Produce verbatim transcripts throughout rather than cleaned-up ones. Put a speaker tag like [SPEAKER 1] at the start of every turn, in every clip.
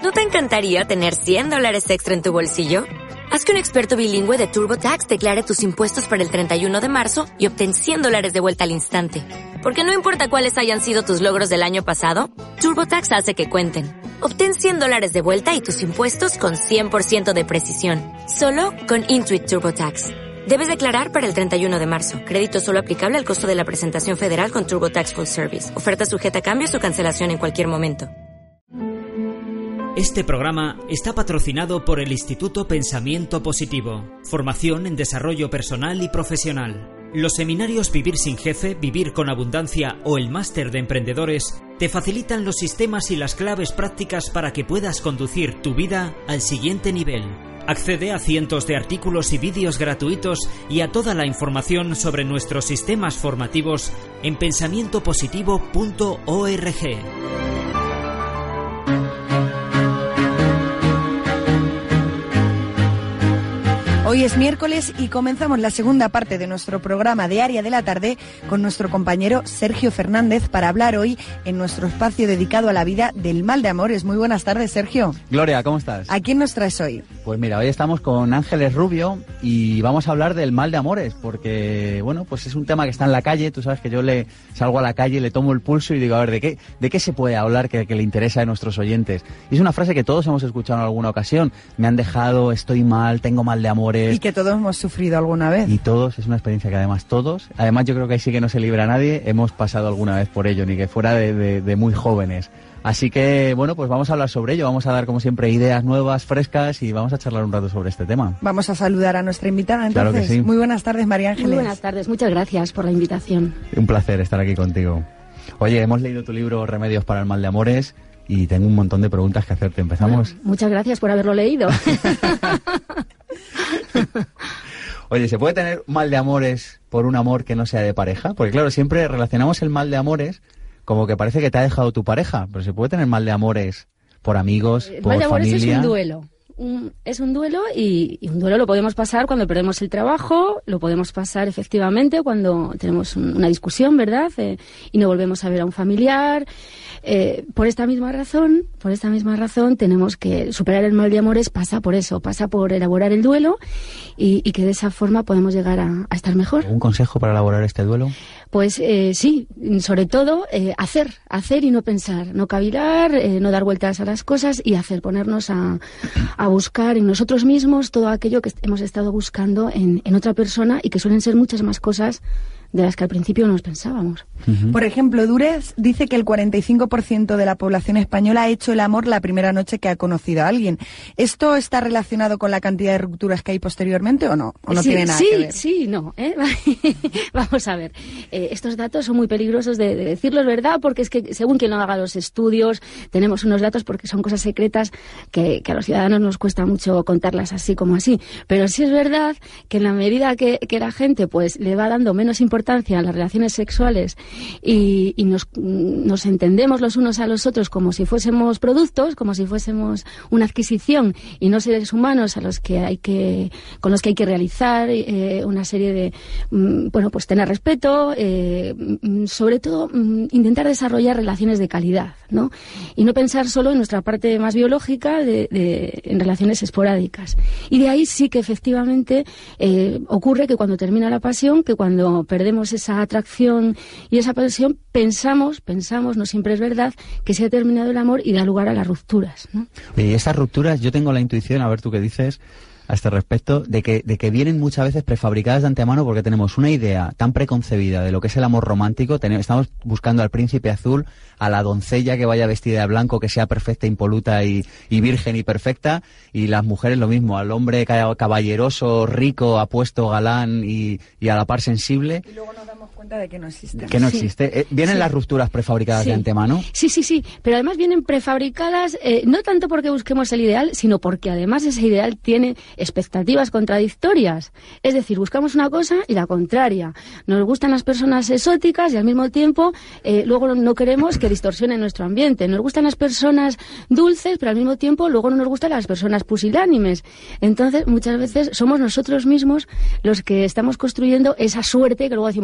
[SPEAKER 1] ¿No te encantaría tener cien dólares extra en tu bolsillo? Haz que un experto bilingüe de TurboTax declare tus impuestos para el treinta y uno de marzo y obtén cien dólares de vuelta al instante. Porque no importa cuáles hayan sido tus logros del año pasado, TurboTax hace que cuenten. Obtén cien dólares de vuelta y tus impuestos con cien por ciento de precisión. Solo con Intuit TurboTax. Debes declarar para el treinta y uno de marzo. Crédito solo aplicable al costo de la presentación federal con TurboTax Full Service. Oferta sujeta a cambios o cancelación en cualquier momento.
[SPEAKER 2] Este programa está patrocinado por el Instituto Pensamiento Positivo. Formación en desarrollo personal y profesional. Los seminarios Vivir sin Jefe, Vivir con Abundancia o el Máster de Emprendedores te facilitan los sistemas y las claves prácticas para que puedas conducir tu vida al siguiente nivel. Accede a cientos de artículos y vídeos gratuitos y a toda la información sobre nuestros sistemas formativos en pensamiento positivo punto org.
[SPEAKER 3] Hoy es miércoles y comenzamos la segunda parte de nuestro programa Diaria de la Tarde con nuestro compañero Sergio Fernández para hablar hoy en nuestro espacio dedicado a la vida del mal de amores. Muy buenas tardes, Sergio.
[SPEAKER 4] Gloria, ¿cómo estás?
[SPEAKER 3] ¿A quién nos traes hoy?
[SPEAKER 4] Pues mira, hoy estamos con Ángeles Rubio y vamos a hablar del mal de amores porque, bueno, pues es un tema que está en la calle. Tú sabes que yo le salgo a la calle, le tomo el pulso y digo, a ver, ¿de qué, de qué se puede hablar que, que le interesa a nuestros oyentes? Y es una frase que todos hemos escuchado en alguna ocasión. Me han dejado, estoy mal, tengo mal de amores.
[SPEAKER 3] Y que todos hemos sufrido alguna vez.
[SPEAKER 4] Y todos, es una experiencia que además todos, además yo creo que ahí sí que no se libra a nadie, hemos pasado alguna vez por ello, ni que fuera de, de, de muy jóvenes. Así que, bueno, pues vamos a hablar sobre ello, vamos a dar como siempre ideas nuevas, frescas y vamos a charlar un rato sobre este tema.
[SPEAKER 3] Vamos a saludar a nuestra invitada entonces.
[SPEAKER 4] Claro que sí.
[SPEAKER 3] Muy buenas tardes, María Ángeles.
[SPEAKER 5] Muy buenas tardes, muchas gracias por la invitación.
[SPEAKER 4] Un placer estar aquí contigo. Oye, hemos leído tu libro Remedios para el mal de amores y tengo un montón de preguntas que hacerte. ¿Empezamos?
[SPEAKER 5] Bueno, muchas gracias por haberlo leído.
[SPEAKER 4] Oye, ¿se puede tener mal de amores por un amor que no sea de pareja? Porque claro, siempre relacionamos el mal de amores como que parece que te ha dejado tu pareja, pero ¿se puede tener mal de amores por amigos,
[SPEAKER 5] el
[SPEAKER 4] por
[SPEAKER 5] mal de amores
[SPEAKER 4] familia?
[SPEAKER 5] Es un duelo. Un, es un duelo y, y un duelo lo podemos pasar cuando perdemos el trabajo, lo podemos pasar efectivamente cuando tenemos un, una discusión, ¿verdad? Eh, y no volvemos a ver a un familiar. Eh, por esta misma razón, por esta misma razón tenemos que superar el mal de amores, pasa por eso, pasa por elaborar el duelo y, y que de esa forma podemos llegar a, a estar mejor.
[SPEAKER 4] ¿Algún consejo para elaborar este duelo?
[SPEAKER 5] Pues eh, sí, sobre todo eh, hacer, hacer y no pensar, no cavilar, eh, no dar vueltas a las cosas y hacer, ponernos a, a buscar en nosotros mismos todo aquello que hemos estado buscando en, en otra persona y que suelen ser muchas más cosas de las que al principio nos pensábamos.
[SPEAKER 3] Uh-huh. Por ejemplo, Dures dice que el cuarenta y cinco por ciento de la población española ha hecho el amor la primera noche que ha conocido a alguien. ¿Esto está relacionado con la cantidad de rupturas que hay posteriormente o no? ¿O no
[SPEAKER 5] sí,
[SPEAKER 3] tiene nada
[SPEAKER 5] sí,
[SPEAKER 3] que ver?
[SPEAKER 5] Sí, no. ¿eh? Vamos a ver. Eh, estos datos son muy peligrosos de, de decirlos, ¿verdad? Porque es que según quien no haga los estudios, tenemos unos datos porque son cosas secretas que, que a los ciudadanos nos cuesta mucho contarlas así como así. Pero sí es verdad que en la medida que, que la gente pues le va dando menos importancia a las relaciones sexuales y, y nos, nos entendemos los unos a los otros como si fuésemos productos, como si fuésemos una adquisición y no seres humanos a los que hay que, con los que hay que realizar eh, una serie de, mm, bueno, pues tener respeto, eh, sobre todo mm, intentar desarrollar relaciones de calidad, ¿no? Y no pensar solo en nuestra parte más biológica de, de, en relaciones esporádicas. Y de ahí sí que efectivamente eh, ocurre que cuando termina la pasión, que cuando perdemos esa atracción y esa pasión, pensamos, pensamos, no siempre es verdad, que se ha terminado el amor y da lugar a las rupturas, ¿no?
[SPEAKER 4] Y estas rupturas, yo tengo la intuición, a ver tú qué dices a este respecto, de que, de que vienen muchas veces prefabricadas de antemano porque tenemos una idea tan preconcebida de lo que es el amor romántico. Tenemos, estamos buscando al príncipe azul, a la doncella que vaya vestida de blanco, que sea perfecta, impoluta y, y virgen y perfecta, y las mujeres lo mismo, al hombre caballeroso, rico, apuesto, galán y, y a la par sensible.
[SPEAKER 3] Y luego nos damos cuenta de que no existe.
[SPEAKER 4] Que no
[SPEAKER 5] sí.
[SPEAKER 4] existe. Eh, ¿Vienen sí. las rupturas prefabricadas
[SPEAKER 5] sí.
[SPEAKER 4] de antemano?
[SPEAKER 5] Sí, sí, sí, pero además vienen prefabricadas, eh, no tanto porque busquemos el ideal, sino porque además ese ideal tiene expectativas contradictorias. Es decir, buscamos una cosa y la contraria. Nos gustan las personas exóticas y al mismo tiempo eh, luego no queremos que distorsionen nuestro ambiente. Nos gustan las personas dulces, pero al mismo tiempo luego no nos gustan las personas pusilánimes. Entonces, muchas veces somos nosotros mismos los que estamos construyendo esa suerte que luego decimos, no, es que es la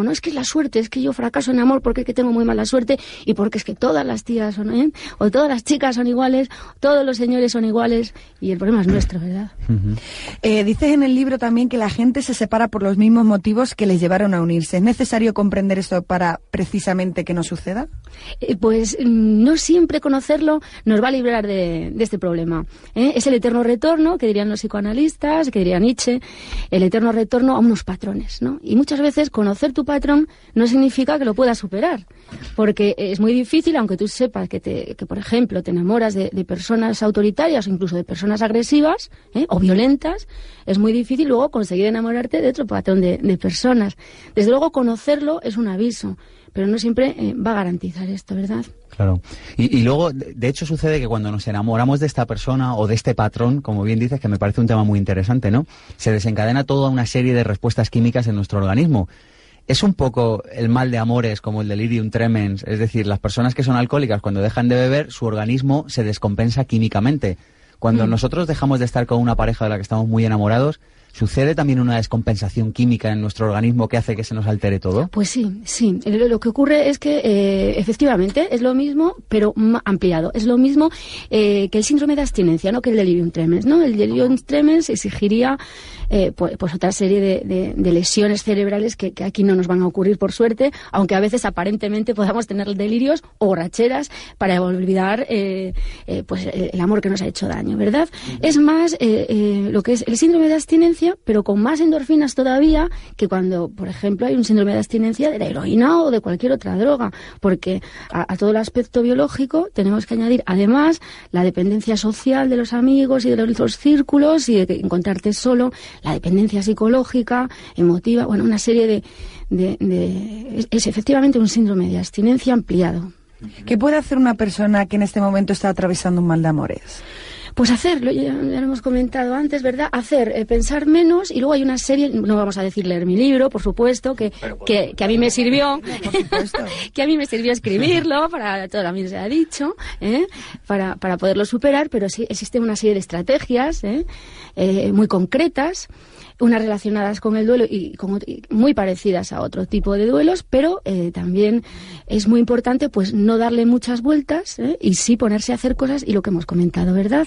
[SPEAKER 5] suerte, es que yo fracaso en amor porque es que tengo muy mala suerte y porque es que todas las tías son, ¿eh? o todas las chicas son iguales, todos los señores son iguales y el problema es nuestro, ¿verdad?
[SPEAKER 3] Uh-huh. Eh, dices en el libro también que la gente se separa por los mismos motivos que les llevaron a unirse. ¿Es necesario comprender esto para precisamente que no suceda?
[SPEAKER 5] Eh, pues no siempre conocerlo nos va a librar de, de este problema. ¿eh? Es el eterno retorno, que dirían los psicoanalistas, que diría Nietzsche, el eterno retorno a unos patrones, ¿no? Y muchas veces conocer tu patrón no significa que lo puedas superar, porque es muy difícil, aunque tú sepas que, te, que por ejemplo, te enamoras de, de personas autoritarias o incluso de personas agresivas ¿eh? o violentas, es muy difícil luego conseguir enamorarte de otro patrón de, de personas. Desde luego, conocerlo es un aviso, pero no siempre eh, va a garantizar esto, ¿verdad?
[SPEAKER 4] Claro. Y, y luego, de hecho, sucede que cuando nos enamoramos de esta persona o de este patrón, como bien dices, que me parece un tema muy interesante, ¿no? Se desencadena toda una serie de respuestas químicas en nuestro organismo. Es un poco el mal de amores como el delirium tremens, es decir, las personas que son alcohólicas cuando dejan de beber, su organismo se descompensa químicamente. Cuando mm. nosotros dejamos de estar con una pareja de la que estamos muy enamorados, ¿sucede también una descompensación química en nuestro organismo que hace que se nos altere todo?
[SPEAKER 5] Pues sí, sí. Lo que ocurre es que eh, efectivamente es lo mismo, pero ampliado. Es lo mismo eh, que el síndrome de abstinencia, ¿no? Que el delirium tremens, ¿no? El delirium tremens exigiría eh, pues, pues otra serie de, de, de lesiones cerebrales que, que aquí no nos van a ocurrir, por suerte, aunque a veces aparentemente podamos tener delirios o borracheras para olvidar eh, eh, pues el amor que nos ha hecho daño, ¿verdad? Uh-huh. Es más eh, eh, lo que es el síndrome de abstinencia, pero con más endorfinas todavía que cuando, por ejemplo, hay un síndrome de abstinencia de la heroína o de cualquier otra droga, porque a, a todo el aspecto biológico tenemos que añadir además la dependencia social de los amigos y de los, los círculos y de encontrarte solo, la dependencia psicológica, emotiva, bueno, una serie de... de, de es, es efectivamente un síndrome de abstinencia ampliado.
[SPEAKER 3] ¿Qué puede hacer una persona que en este momento está atravesando un mal de amores?
[SPEAKER 5] Pues hacerlo, ya, ya lo hemos comentado antes, ¿verdad? Hacer, eh, pensar menos, y luego hay una serie, no vamos a decir leer mi libro, por supuesto, que, que, que a mí me sirvió, que a mí me sirvió escribirlo, para todo a mí se ha dicho, ¿eh? para, para poderlo superar, pero sí existe una serie de estrategias ¿eh? Eh, muy concretas, unas relacionadas con el duelo y, con, y muy parecidas a otro tipo de duelos, pero eh, también es muy importante pues no darle muchas vueltas ¿eh? y sí ponerse a hacer cosas y lo que hemos comentado, ¿verdad?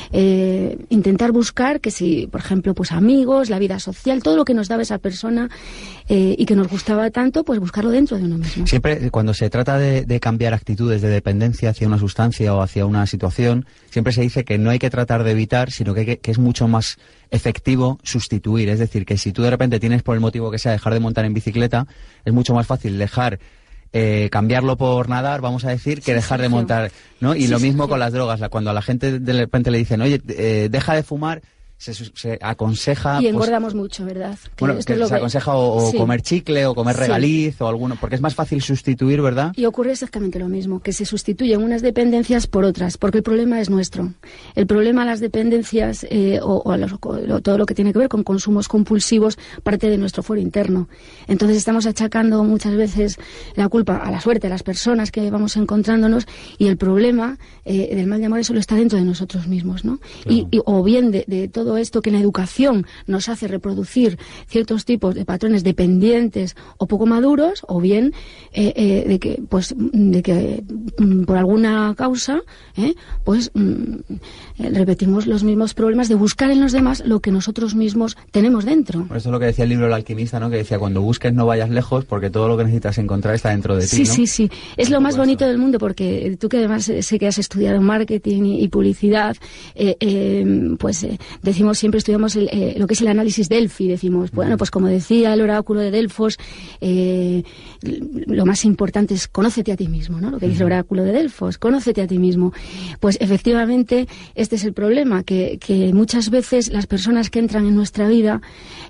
[SPEAKER 5] Eh, intentar buscar que si, por ejemplo, pues amigos, la vida social, todo lo que nos daba esa persona eh, y que nos gustaba tanto, pues buscarlo dentro de uno mismo.
[SPEAKER 4] Siempre cuando se trata de, de cambiar actitudes de dependencia hacia una sustancia o hacia una situación, siempre se dice que no hay que tratar de evitar, sino que, que, que es mucho más efectivo sustituir. Es decir, que si tú de repente tienes por el motivo que sea dejar de montar en bicicleta, es mucho más fácil dejar eh, cambiarlo por nadar, vamos a decir, que sí, dejar sí, de montar, ¿no? Y sí, lo mismo sí, con sí. las drogas. Cuando a la gente de repente le dicen, oye, eh, deja de fumar, se, se aconseja...
[SPEAKER 5] Y engordamos pues, mucho, ¿verdad? Que
[SPEAKER 4] bueno, que es se aconseja o, o sí. comer chicle o comer regaliz sí. o alguno, porque es más fácil sustituir, ¿verdad?
[SPEAKER 5] Y ocurre exactamente lo mismo, que se sustituyen unas dependencias por otras, porque el problema es nuestro. El problema a las dependencias eh, o, o a los, o todo lo que tiene que ver con consumos compulsivos parte de nuestro foro interno. Entonces estamos achacando muchas veces la culpa a la suerte, a las personas que vamos encontrándonos, y el problema eh, del mal de amor solo está dentro de nosotros mismos, ¿no? Claro. Y, y, o bien de, de todo esto que en la educación nos hace reproducir ciertos tipos de patrones dependientes o poco maduros, o bien eh, eh, de que pues de que mm, por alguna causa eh, pues mm, repetimos los mismos problemas de buscar en los demás lo que nosotros mismos tenemos dentro.
[SPEAKER 4] Por eso es lo que decía el libro El alquimista, ¿no? Que decía, cuando busques no vayas lejos porque todo lo que necesitas encontrar está dentro de ti,
[SPEAKER 5] sí,
[SPEAKER 4] ¿no?
[SPEAKER 5] Sí, sí, es lo más bonito del mundo, porque tú que además sé que has estudiado marketing y, y publicidad, eh, eh, pues eh, decimos siempre estudiamos el, eh, lo que es el análisis Delphi, decimos, bueno, pues como decía el oráculo de Delfos, eh, lo más importante es conócete a ti mismo, ¿no? Lo que dice el oráculo de Delfos, conócete a ti mismo. Pues efectivamente este es el problema, que, que muchas veces las personas que entran en nuestra vida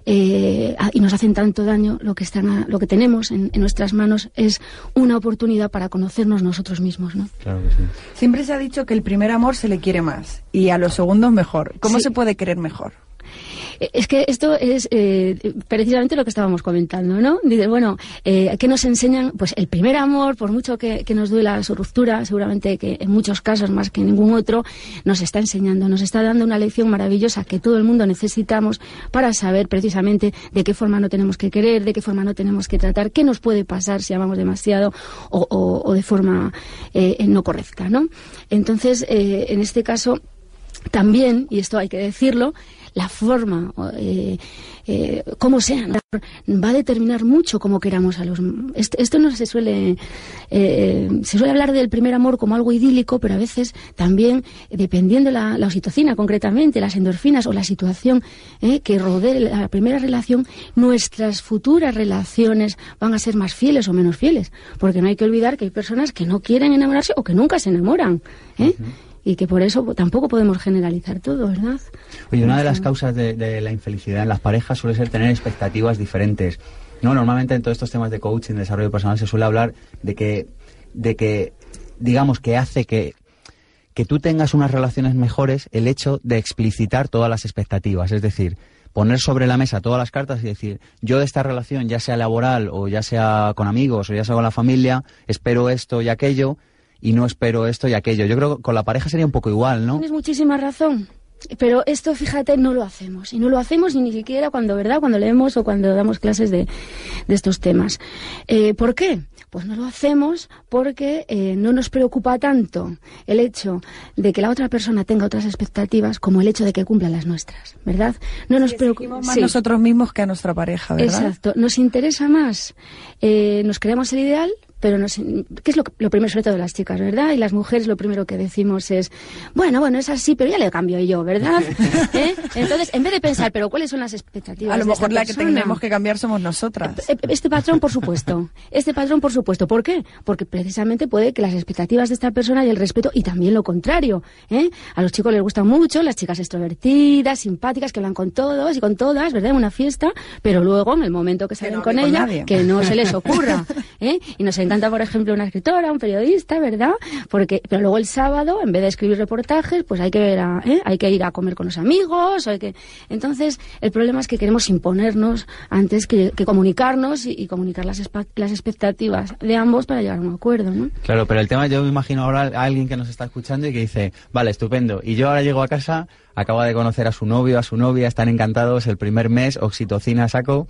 [SPEAKER 5] eh, y nos hacen tanto daño, lo que están a, lo que tenemos en, en nuestras manos es una oportunidad para conocernos nosotros mismos, ¿no?
[SPEAKER 4] Claro que sí.
[SPEAKER 3] Siempre se ha dicho que el primer amor se le quiere más y a los segundos mejor. ¿Cómo
[SPEAKER 5] sí.
[SPEAKER 3] se puede querer mejor?
[SPEAKER 5] Es que esto es eh, precisamente lo que estábamos comentando, ¿no? Dices, bueno, eh, ¿qué nos enseñan? Pues el primer amor, por mucho que, que nos duela su ruptura, seguramente que en muchos casos más que ningún otro, nos está enseñando, nos está dando una lección maravillosa que todo el mundo necesitamos para saber precisamente de qué forma no tenemos que querer, de qué forma no tenemos que tratar, qué nos puede pasar si amamos demasiado o, o, o de forma eh, no correcta, ¿no? Entonces, eh, en este caso, también, y esto hay que decirlo, la forma, eh, eh, cómo sea, ¿no? Va a determinar mucho cómo queramos a los... Esto, esto no se suele... Eh, se suele hablar del primer amor como algo idílico, pero a veces también, dependiendo la, la oxitocina concretamente, las endorfinas o la situación eh, que rodee la primera relación, nuestras futuras relaciones van a ser más fieles o menos fieles. Porque no hay que olvidar que hay personas que no quieren enamorarse o que nunca se enamoran, ¿eh? Uh-huh. Y que por eso tampoco podemos generalizar todo, ¿verdad?
[SPEAKER 4] Oye, una de las causas de, de la infelicidad en las parejas suele ser tener expectativas diferentes. No, normalmente en todos estos temas de coaching, desarrollo personal, se suele hablar de que, de que digamos, que hace que, que tú tengas unas relaciones mejores el hecho de explicitar todas las expectativas. Es decir, poner sobre la mesa todas las cartas y decir, yo de esta relación, ya sea laboral o ya sea con amigos o ya sea con la familia, espero esto y aquello, y no espero esto y aquello. Yo creo que con la pareja sería un poco igual, ¿no?
[SPEAKER 5] Tienes muchísima razón. Pero esto, fíjate, no lo hacemos. Y no lo hacemos ni siquiera cuando, ¿verdad?, cuando leemos o cuando damos clases de, de estos temas. Eh, ¿Por qué? Pues no lo hacemos porque eh, no nos preocupa tanto el hecho de que la otra persona tenga otras expectativas como el hecho de que cumpla las nuestras, ¿verdad? No nos preocupa
[SPEAKER 3] más sí. nosotros mismos que a nuestra pareja, ¿verdad?
[SPEAKER 5] Exacto. Nos interesa más. Eh, nos creamos el ideal, pero nos, ¿qué es lo, lo primero, sobre todo las chicas, ¿verdad? Y las mujeres lo primero que decimos es, bueno, bueno, es así, pero ya le cambio yo, ¿verdad? ¿Eh? Entonces, en vez de pensar, pero ¿cuáles son las expectativas?
[SPEAKER 3] A lo
[SPEAKER 5] de
[SPEAKER 3] mejor
[SPEAKER 5] esta
[SPEAKER 3] la
[SPEAKER 5] persona?
[SPEAKER 3] que tenemos que cambiar somos nosotras.
[SPEAKER 5] Este patrón, por supuesto. Este patrón, por supuesto. ¿Por qué? Porque precisamente puede que las expectativas de esta persona y el respeto, y también lo contrario, ¿eh? A los chicos les gustan mucho las chicas extrovertidas, simpáticas, que hablan con todos y con todas, ¿verdad? En una fiesta, pero luego, en el momento que salen
[SPEAKER 3] no
[SPEAKER 5] con
[SPEAKER 3] con
[SPEAKER 5] ella,
[SPEAKER 3] nadie.
[SPEAKER 5] que no se les ocurra, ¿eh? Y nos encanta, por ejemplo, una escritora, un periodista, ¿verdad? Porque, pero luego el sábado, en vez de escribir reportajes, pues hay que ir a, ¿eh? hay que ir a comer con los amigos, o hay que... Entonces, el problema es que queremos imponernos antes que, que comunicarnos y, y comunicar las, espa- las expectativas de ambos para llegar a un acuerdo, ¿no?
[SPEAKER 4] Claro, pero el tema, yo me imagino ahora a alguien que nos está escuchando y que dice, vale, estupendo, y yo ahora llego a casa, acaba de conocer a su novio, a su novia, están encantados, el primer mes, oxitocina saco,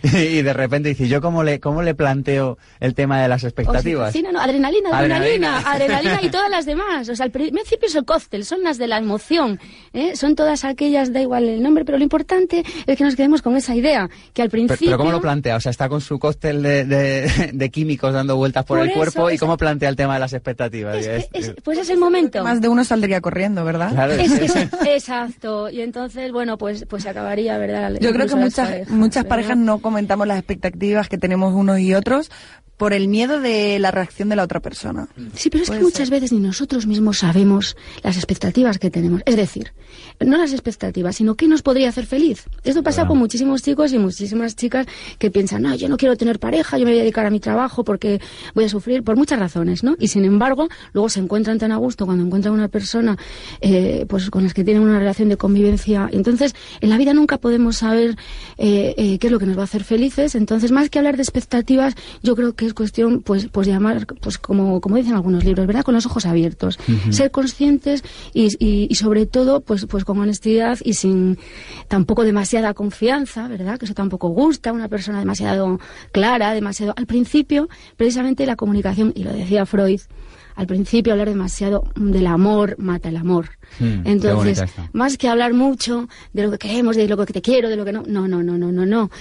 [SPEAKER 4] y de repente dice, ¿yo cómo le, cómo le planteo el tema de las expectativas?
[SPEAKER 5] Oxitocina, no, adrenalina, adrenalina,
[SPEAKER 4] Adrenalina.
[SPEAKER 5] adrenalina y todas las demás. O sea, al principio es el cóctel, son las de la emoción, ¿eh? Son todas aquellas, da igual el nombre, pero lo importante es que nos quedemos con esa idea, que al principio...
[SPEAKER 4] Pero, pero ¿cómo lo plantea? O sea, está con su cóctel de, de, de químicos dando vueltas por,
[SPEAKER 5] Por
[SPEAKER 4] el cuerpo,
[SPEAKER 5] eso,
[SPEAKER 4] ¿y
[SPEAKER 5] es-
[SPEAKER 4] cómo plantea el tema de las expectativas?
[SPEAKER 5] Es-
[SPEAKER 4] Es-
[SPEAKER 5] es- pues es el momento.
[SPEAKER 3] Más de uno saldría corriendo, ¿verdad?
[SPEAKER 4] Claro,
[SPEAKER 5] Es que
[SPEAKER 4] es-
[SPEAKER 5] es- exacto, y entonces, bueno, pues pues se acabaría, ¿verdad?
[SPEAKER 3] Yo creo
[SPEAKER 5] Incluso
[SPEAKER 3] que
[SPEAKER 5] las
[SPEAKER 3] muchas
[SPEAKER 5] parejas,
[SPEAKER 3] muchas
[SPEAKER 5] ¿verdad?
[SPEAKER 3] parejas no comentamos las expectativas que tenemos unos y otros por el miedo de la reacción de la otra persona.
[SPEAKER 5] Sí, pero es que
[SPEAKER 3] Puede
[SPEAKER 5] muchas
[SPEAKER 3] ser.
[SPEAKER 5] veces ni nosotros mismos sabemos las expectativas que tenemos. Es decir, no las expectativas, sino qué nos podría hacer feliz. Esto pasa
[SPEAKER 4] Claro.
[SPEAKER 5] con muchísimos chicos y muchísimas chicas que piensan, no, yo no quiero tener pareja, yo me voy a dedicar a mi trabajo porque voy a sufrir por muchas razones, ¿no? Y sin embargo, luego se encuentran tan a gusto cuando encuentran una persona eh, pues con las que tienen una relación de convivencia. Entonces, en la vida nunca podemos saber eh, eh, qué es lo que nos va a hacer felices. Entonces, más que hablar de expectativas, yo creo que es cuestión, pues, pues llamar, pues como, como dicen algunos libros, ¿verdad? Con los ojos abiertos.
[SPEAKER 4] Ujú.
[SPEAKER 5] Ser conscientes y, y, y sobre todo, pues, pues con honestidad y sin tampoco demasiada confianza, ¿verdad? Que eso tampoco gusta, una persona demasiado clara, demasiado... Al principio, precisamente la comunicación, y lo decía Freud, al principio hablar demasiado del amor mata el amor.
[SPEAKER 4] Mm, qué
[SPEAKER 5] Entonces,
[SPEAKER 4] bonita está.
[SPEAKER 5] más que hablar mucho de lo que queremos, de lo que te quiero, de lo que no, no, no, no, no, no, no.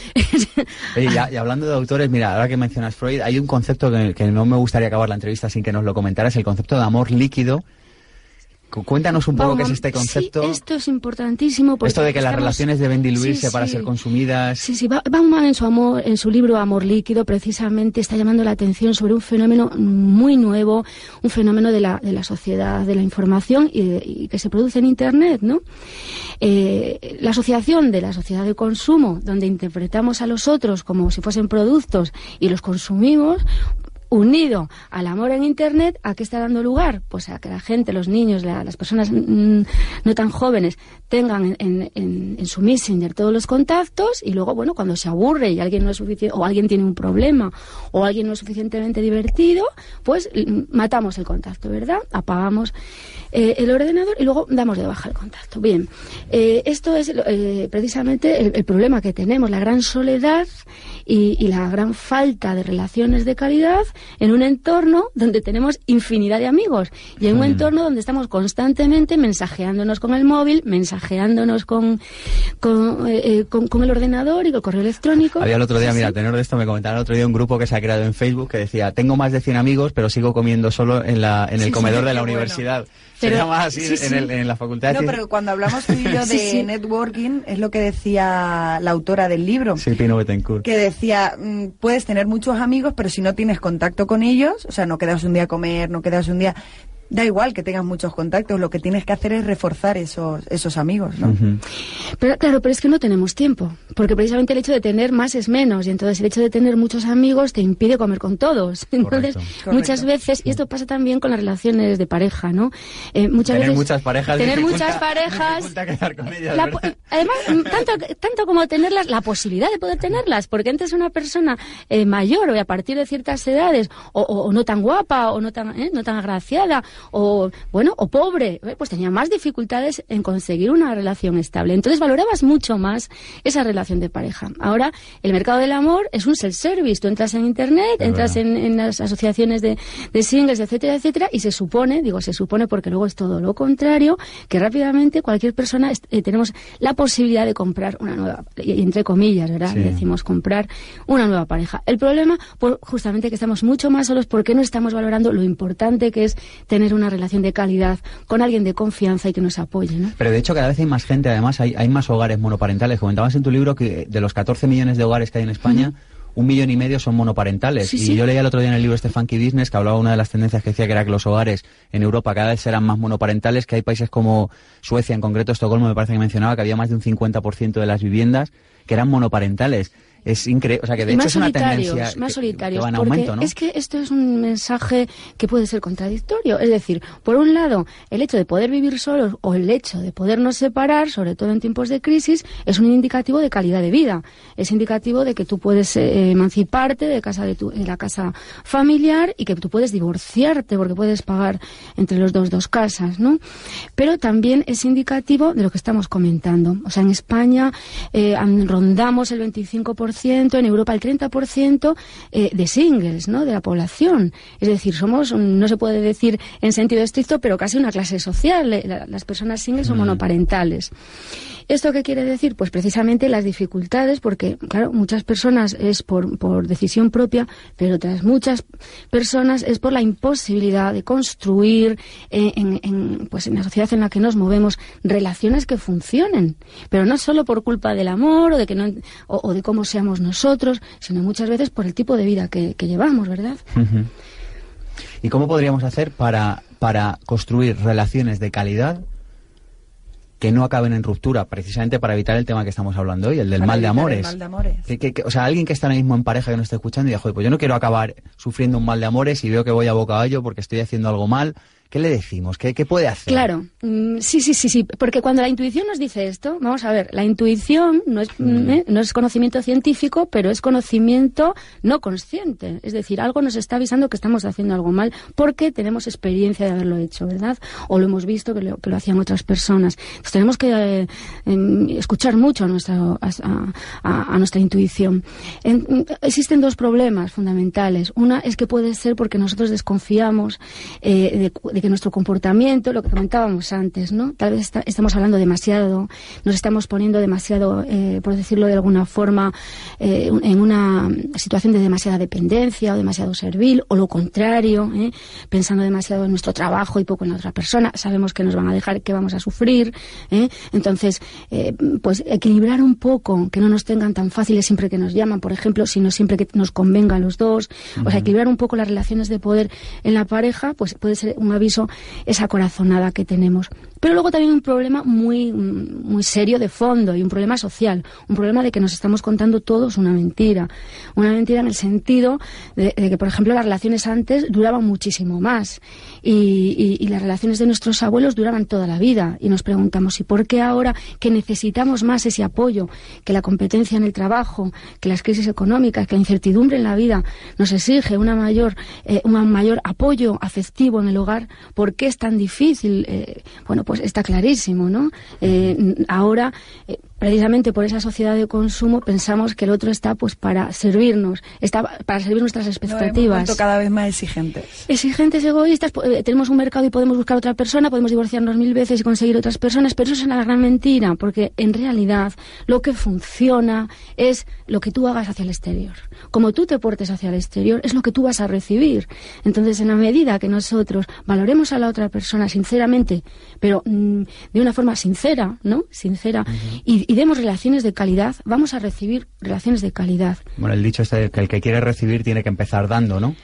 [SPEAKER 4] Oye, ya- y hablando de autores, mira, ahora que mencionas Freud, hay un concepto que, que no me gustaría acabar la entrevista sin que nos lo comentaras, el concepto de amor líquido. Cu- Cuéntanos un poco
[SPEAKER 5] Vamos,
[SPEAKER 4] qué es este concepto.
[SPEAKER 5] Sí, esto es importantísimo. Porque
[SPEAKER 4] Esto de que las
[SPEAKER 5] estamos-
[SPEAKER 4] relaciones deben diluirse
[SPEAKER 5] Sí,
[SPEAKER 4] para
[SPEAKER 5] sí.
[SPEAKER 4] ser consumidas.
[SPEAKER 5] Sí, sí, Ba- Bauman en su amor, en su libro Amor líquido, precisamente está llamando la atención sobre un fenómeno muy nuevo, un fenómeno de la, de la sociedad de la información y, de- y que se produce en Internet, ¿no? Eh, la asociación de la sociedad de consumo, donde interpretamos a los otros como si fuesen productos y los consumimos, unido al amor en Internet, ¿a qué está dando lugar? Pues a que la gente, los niños, la, las personas mmm, no tan jóvenes tengan en, en, en su Messenger todos los contactos y luego, bueno, cuando se aburre y alguien no es suficiente, o alguien tiene un problema, o alguien no es suficientemente divertido, pues matamos el contacto, ¿verdad? Apagamos eh, el ordenador y luego damos de baja el contacto. Bien, eh, esto es eh, precisamente el, el problema que tenemos, la gran soledad y, y la gran falta de relaciones de calidad en un entorno donde tenemos infinidad de amigos y en un mm. entorno donde estamos constantemente mensajeándonos con el móvil, mensajeándonos con con, eh, con, con el ordenador y con el correo electrónico.
[SPEAKER 4] Había el otro día,
[SPEAKER 5] sí,
[SPEAKER 4] mira, tenor de esto me comentaba el otro día un grupo que se ha creado en Facebook que decía, tengo más de cien amigos pero sigo comiendo solo en la en el sí, comedor sí, de la
[SPEAKER 3] bueno.
[SPEAKER 4] universidad.
[SPEAKER 5] Pero,
[SPEAKER 4] se llama así
[SPEAKER 5] sí, sí.
[SPEAKER 4] En, el, en la facultad.
[SPEAKER 3] No, pero cuando hablamos tú y yo de
[SPEAKER 5] sí, sí.
[SPEAKER 3] networking, es lo que decía la autora del libro.
[SPEAKER 4] Sí, Pino Bettencourt.
[SPEAKER 3] Que decía, mmm, puedes tener muchos amigos, pero si no tienes contacto con ellos, o sea, no quedas un día a comer, no quedas un día... Da igual que tengas muchos contactos, lo que tienes que hacer es reforzar esos esos amigos, ¿no?
[SPEAKER 4] Uh-huh.
[SPEAKER 5] Pero claro, pero es que no tenemos tiempo, porque precisamente el hecho de tener más es menos, y entonces el hecho de tener muchos amigos te impide comer con todos. Entonces,
[SPEAKER 4] Correcto.
[SPEAKER 5] muchas
[SPEAKER 3] Correcto.
[SPEAKER 5] veces, y esto pasa también con las relaciones de pareja, ¿no? Eh, muchas
[SPEAKER 4] tener
[SPEAKER 5] veces,
[SPEAKER 4] muchas parejas
[SPEAKER 5] tener
[SPEAKER 4] dificulta,
[SPEAKER 5] muchas parejas,
[SPEAKER 4] dificulta quedar con ellas,
[SPEAKER 5] la,
[SPEAKER 4] ¿verdad?
[SPEAKER 5] además, tanto, tanto como tenerlas, la posibilidad de poder tenerlas, porque antes una persona eh, mayor o a partir de ciertas edades, o, o, o no tan guapa, o no tan, eh, no tan agraciada, o bueno, o pobre, pues tenía más dificultades en conseguir una relación estable. Entonces valorabas mucho más esa relación de pareja. Ahora, el mercado del amor es un self-service. Tú entras en Internet, es entras en, en las asociaciones de, de singles, etcétera, etcétera, y se supone, digo se supone porque luego es todo lo contrario, que rápidamente cualquier persona eh, tenemos la posibilidad de comprar una nueva, y entre comillas, ¿verdad?
[SPEAKER 4] Sí.
[SPEAKER 5] Decimos comprar una nueva pareja. El problema, pues justamente que estamos mucho más solos porque no estamos valorando lo importante que es tener una relación de calidad con alguien de confianza y que nos apoye, ¿no?
[SPEAKER 4] Pero de hecho cada vez hay más gente, además hay, hay más hogares monoparentales. Comentabas en tu libro que de los catorce millones de hogares que hay en España, uh-huh. un millón y medio son monoparentales.
[SPEAKER 5] Sí,
[SPEAKER 4] y
[SPEAKER 5] sí.
[SPEAKER 4] yo leía el otro día en el libro este Funky Business que hablaba una de las tendencias que decía que era que los hogares en Europa cada vez serán más monoparentales, que hay países como Suecia, en concreto Estocolmo me parece que mencionaba que había más de un cincuenta por ciento de las viviendas que eran monoparentales. Es increíble, o sea que de
[SPEAKER 5] y
[SPEAKER 4] hecho
[SPEAKER 5] más
[SPEAKER 4] es una
[SPEAKER 5] solitarios,
[SPEAKER 4] tendencia
[SPEAKER 5] más
[SPEAKER 4] que,
[SPEAKER 5] solitarios,
[SPEAKER 4] que va en
[SPEAKER 5] porque
[SPEAKER 4] aumento, ¿no?
[SPEAKER 5] Es que esto es un mensaje que puede ser contradictorio. Es decir, por un lado, el hecho de poder vivir solos o el hecho de podernos separar, sobre todo en tiempos de crisis, es un indicativo de calidad de vida. Es indicativo de que tú puedes eh, emanciparte de casa de, tu, de la casa familiar y que tú puedes divorciarte porque puedes pagar entre los dos dos casas, ¿no? Pero también es indicativo de lo que estamos comentando. O sea, en España eh, rondamos el veinticinco por ciento, en Europa el treinta por ciento eh, de singles, ¿no? De la población. Es decir, somos, no se puede decir en sentido estricto, pero casi una clase social. La, las personas singles son mm. monoparentales. ¿Esto qué quiere decir? Pues precisamente las dificultades, porque, claro, muchas personas es por, por decisión propia, pero otras muchas personas es por la imposibilidad de construir eh, en, en, pues en la sociedad en la que nos movemos relaciones que funcionen. Pero no solo por culpa del amor o de, que no, o, o de cómo seamos nosotros, sino muchas veces por el tipo de vida que, que llevamos, ¿verdad?
[SPEAKER 4] Uh-huh. ¿Y cómo podríamos hacer para, para construir relaciones de calidad que no acaben en ruptura, precisamente para evitar el tema que estamos hablando hoy, el del mal de amores?
[SPEAKER 3] El mal de amores.
[SPEAKER 4] Que, que, que, o sea, alguien que está ahora mismo en pareja que no está escuchando y dice, joder, pues yo no quiero acabar sufriendo un mal de amores y veo que voy a bocaballo porque estoy haciendo algo mal. ¿Qué le decimos? ¿Qué, qué puede hacer?
[SPEAKER 5] Claro, mm, sí, sí, sí, sí, porque cuando la intuición nos dice esto, vamos a ver, la intuición no es, mm. ¿eh? no es conocimiento científico, pero es conocimiento no consciente, es decir, algo nos está avisando que estamos haciendo algo mal porque tenemos experiencia de haberlo hecho, ¿verdad? O lo hemos visto que lo, que lo hacían otras personas. Entonces tenemos que eh, eh, escuchar mucho a nuestra, a, a, a nuestra intuición. En, existen dos problemas fundamentales. Una es que puede ser porque nosotros desconfiamos eh, de, de de que nuestro comportamiento, lo que comentábamos antes, ¿no? Tal vez está, estamos hablando demasiado, nos estamos poniendo demasiado, eh, por decirlo de alguna forma, eh, en una situación de demasiada dependencia o demasiado servil, o lo contrario, ¿eh? Pensando demasiado en nuestro trabajo y poco en la otra persona. Sabemos que nos van a dejar, que vamos a sufrir, ¿eh? Entonces, eh, pues equilibrar un poco, que no nos tengan tan fáciles siempre que nos llaman, por ejemplo, sino siempre que nos convenga a los dos. Uh-huh. O sea, equilibrar un poco las relaciones de poder en la pareja, pues puede ser un aviso esa corazonada que tenemos. Pero luego también un problema muy, muy serio de fondo y un problema social, un problema de que nos estamos contando todos una mentira. Una mentira en el sentido de, de que, por ejemplo, las relaciones antes duraban muchísimo más y, y, y las relaciones de nuestros abuelos duraban toda la vida. Y nos preguntamos, ¿y por qué ahora que necesitamos más ese apoyo, que la competencia en el trabajo, que las crisis económicas, que la incertidumbre en la vida nos exige una mayor, eh, un mayor apoyo afectivo en el hogar? ¿Por qué es tan difícil? Eh, bueno, pues está clarísimo, ¿no? Eh, ahora, eh, precisamente por esa sociedad de consumo, pensamos que el otro está pues para servirnos, está para servir nuestras expectativas.
[SPEAKER 3] No, cada vez más exigentes.
[SPEAKER 5] Exigentes, egoístas, eh, tenemos un mercado y podemos buscar otra persona, podemos divorciarnos mil veces y conseguir otras personas, pero eso es una gran mentira, porque en realidad lo que funciona es lo que tú hagas hacia el exterior. Como tú te portes hacia el exterior, es lo que tú vas a recibir. Entonces, en la medida que nosotros valoremos a la otra persona sinceramente, pero mmm, de una forma sincera, ¿no? Sincera, uh-huh. y, y demos relaciones de calidad, vamos a recibir relaciones de calidad.
[SPEAKER 4] Bueno, el dicho este que el que quiere recibir tiene que empezar dando, ¿no?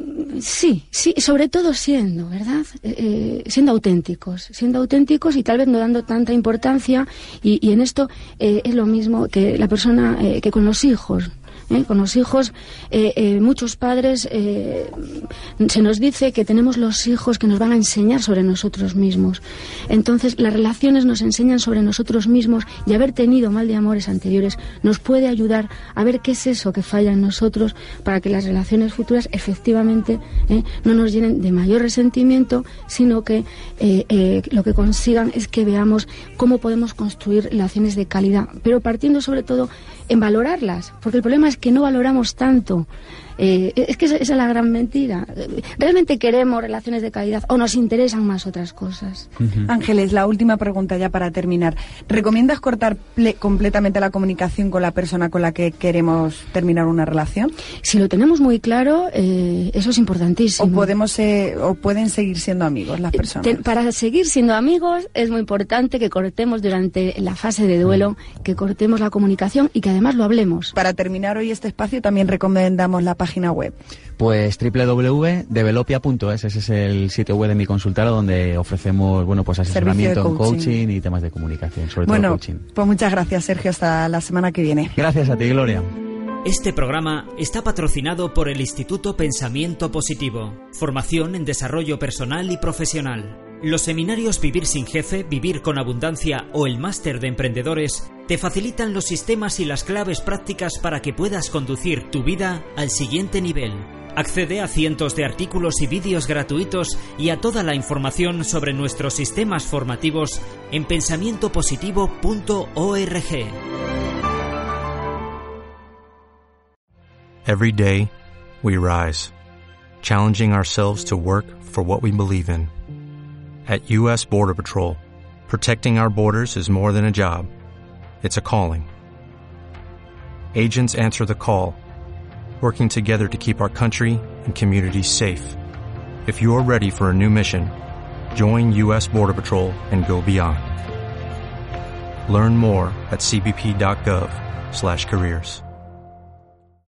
[SPEAKER 5] Sí, sí, sobre todo siendo, ¿verdad? Eh, siendo auténticos, siendo auténticos y tal vez no dando tanta importancia, y, y en esto eh, es lo mismo que la persona, eh, que con los hijos. ¿Eh? Con los hijos, eh, eh, muchos padres eh, se nos dice que tenemos los hijos que nos van a enseñar sobre nosotros mismos. Entonces, las relaciones nos enseñan sobre nosotros mismos, y haber tenido mal de amores anteriores nos puede ayudar a ver qué es eso que falla en nosotros, para que las relaciones futuras efectivamente eh, no nos llenen de mayor resentimiento, sino que eh, eh, lo que consigan es que veamos cómo podemos construir relaciones de calidad, pero partiendo sobre todo en valorarlas, porque el problema es que no valoramos tanto. Eh, es que esa, esa es la gran mentira. ¿Realmente queremos relaciones de calidad o nos interesan más otras cosas?
[SPEAKER 3] Uh-huh. Ángeles, la última pregunta ya para terminar. ¿Recomiendas cortar ple- completamente la comunicación con la persona con la que queremos terminar una relación?
[SPEAKER 5] Si lo tenemos muy claro, eh, eso es importantísimo.
[SPEAKER 3] ¿O podemos eh, o pueden seguir siendo amigos las personas?
[SPEAKER 5] Te, para seguir siendo amigos es muy importante que cortemos durante la fase de duelo, que cortemos la comunicación y que además lo hablemos.
[SPEAKER 3] Para terminar hoy este espacio también recomendamos la página web.
[SPEAKER 4] Pues doble u doble u doble u punto developia punto es, ese es el sitio web de mi consultorio, donde ofrecemos, bueno, pues asesoramiento en coaching. coaching y temas de comunicación, sobre
[SPEAKER 3] bueno,
[SPEAKER 4] todo coaching.
[SPEAKER 3] Pues muchas gracias, Sergio, hasta la semana que viene.
[SPEAKER 4] Gracias a ti, Gloria.
[SPEAKER 2] Este programa está patrocinado por el Instituto Pensamiento Positivo, formación en desarrollo personal y profesional. Los seminarios Vivir sin Jefe, Vivir con Abundancia o el Máster de Emprendedores te facilitan los sistemas y las claves prácticas para que puedas conducir tu vida al siguiente nivel. Accede a cientos de artículos y vídeos gratuitos y a toda la información sobre nuestros sistemas formativos en pensamiento positivo punto org.
[SPEAKER 6] Every day, we rise, challenging ourselves to work for what we believe in. At U S Border Patrol, protecting our borders is more than a job. It's a calling. Agents answer the call, working together to keep our country and communities safe. If you are ready for a new mission, join U S Border Patrol and go beyond. Learn more at c b p dot gov slash careers.